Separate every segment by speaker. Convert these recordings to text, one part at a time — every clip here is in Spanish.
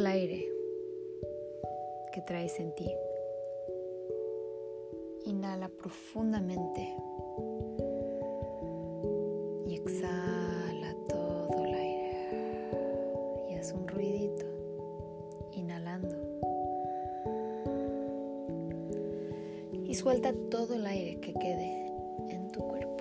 Speaker 1: el aire que traes en ti. Inhala profundamente y exhala todo el aire. Y haz un ruidito, inhalando. Y suelta todo el aire que quede en tu cuerpo.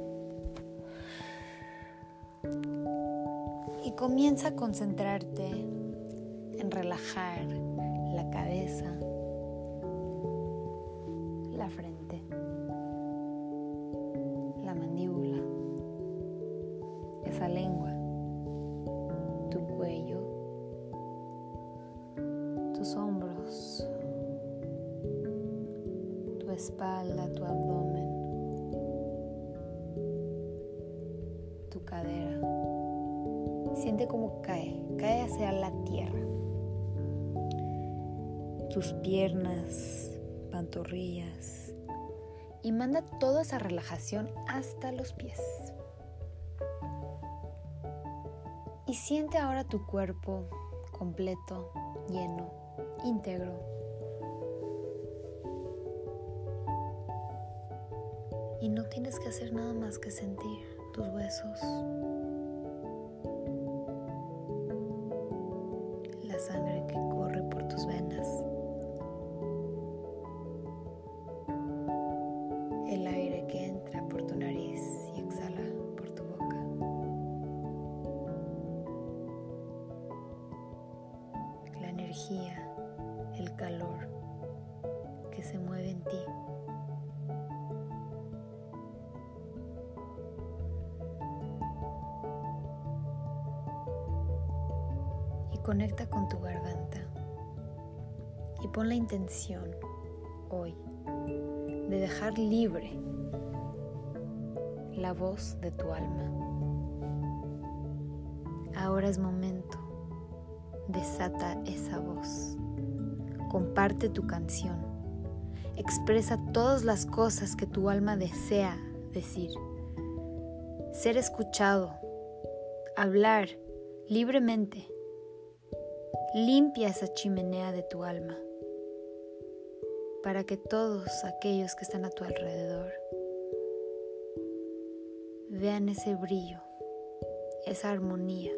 Speaker 1: Y comienza a concentrarte en relajar la cabeza, la frente, la mandíbula, esa lengua, tu cuello, tus hombros, tu espalda, tu abdomen, tu cadera. Siente cómo cae hacia la tierra. Tus piernas, pantorrillas, y manda toda esa relajación hasta los pies. Y siente ahora tu cuerpo completo, lleno, íntegro. Y no tienes que hacer nada más que sentir tus huesos, la sangre que corre por tus venas, el aire que entra por tu nariz y exhala por tu boca. La energía, el calor que se mueve en ti. Y conecta con tu garganta y pon la intención hoy de dejar libre la voz de tu alma. Ahora es momento. Desata esa voz. Comparte tu canción. Expresa todas las cosas que tu alma desea decir. Ser escuchado. Hablar libremente. Limpia esa chimenea de tu alma para que todos aquellos que están a tu alrededor vean ese brillo, esa armonía,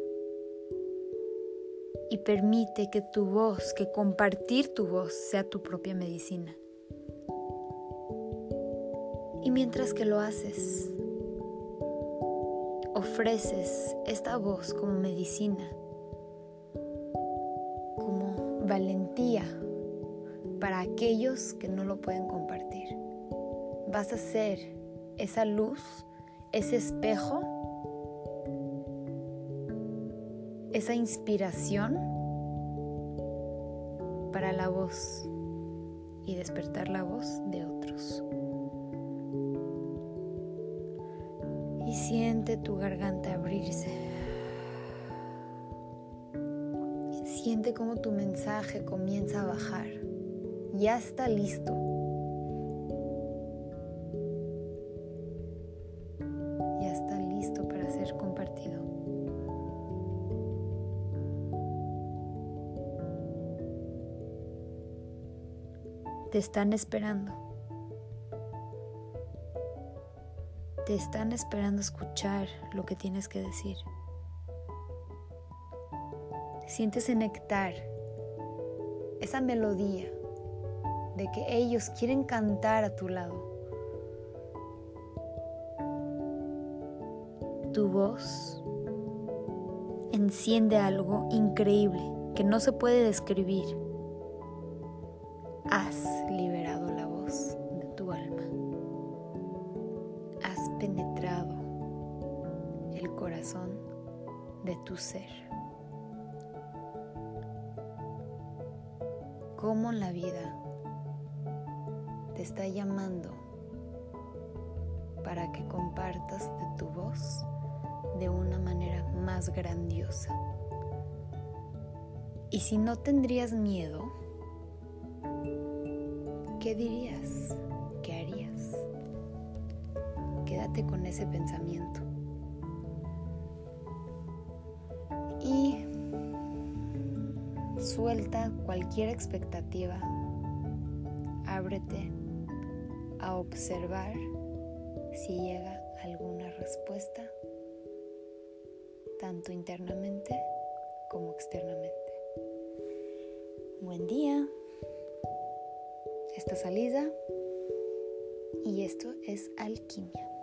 Speaker 1: y permite que tu voz, que compartir tu voz sea tu propia medicina. Y mientras que lo haces, ofreces esta voz como medicina, como valentía para aquellos que no lo pueden compartir. Vas a ser esa luz, ese espejo, esa inspiración para la voz y despertar la voz de otros. Y siente tu garganta abrirse. Siente cómo tu mensaje comienza a bajar. Ya está listo. Ya está listo para ser compartido. Te están esperando. Te están esperando escuchar lo que tienes que decir. Sientes ese néctar, esa melodía de que ellos quieren cantar a tu lado. Tu voz enciende algo increíble que no se puede describir. Has liberado la voz de tu alma. Has penetrado el corazón de tu ser. Cómo la vida te está llamando para que compartas de tu voz de una manera más grandiosa. Y si no tendrías miedo, ¿qué dirías? ¿Qué harías? Quédate con ese pensamiento. Y Suelta cualquier expectativa. Ábrete a observar si llega alguna respuesta, tanto internamente como externamente. Buen día. Esta es Alisa y esto es Alquimia.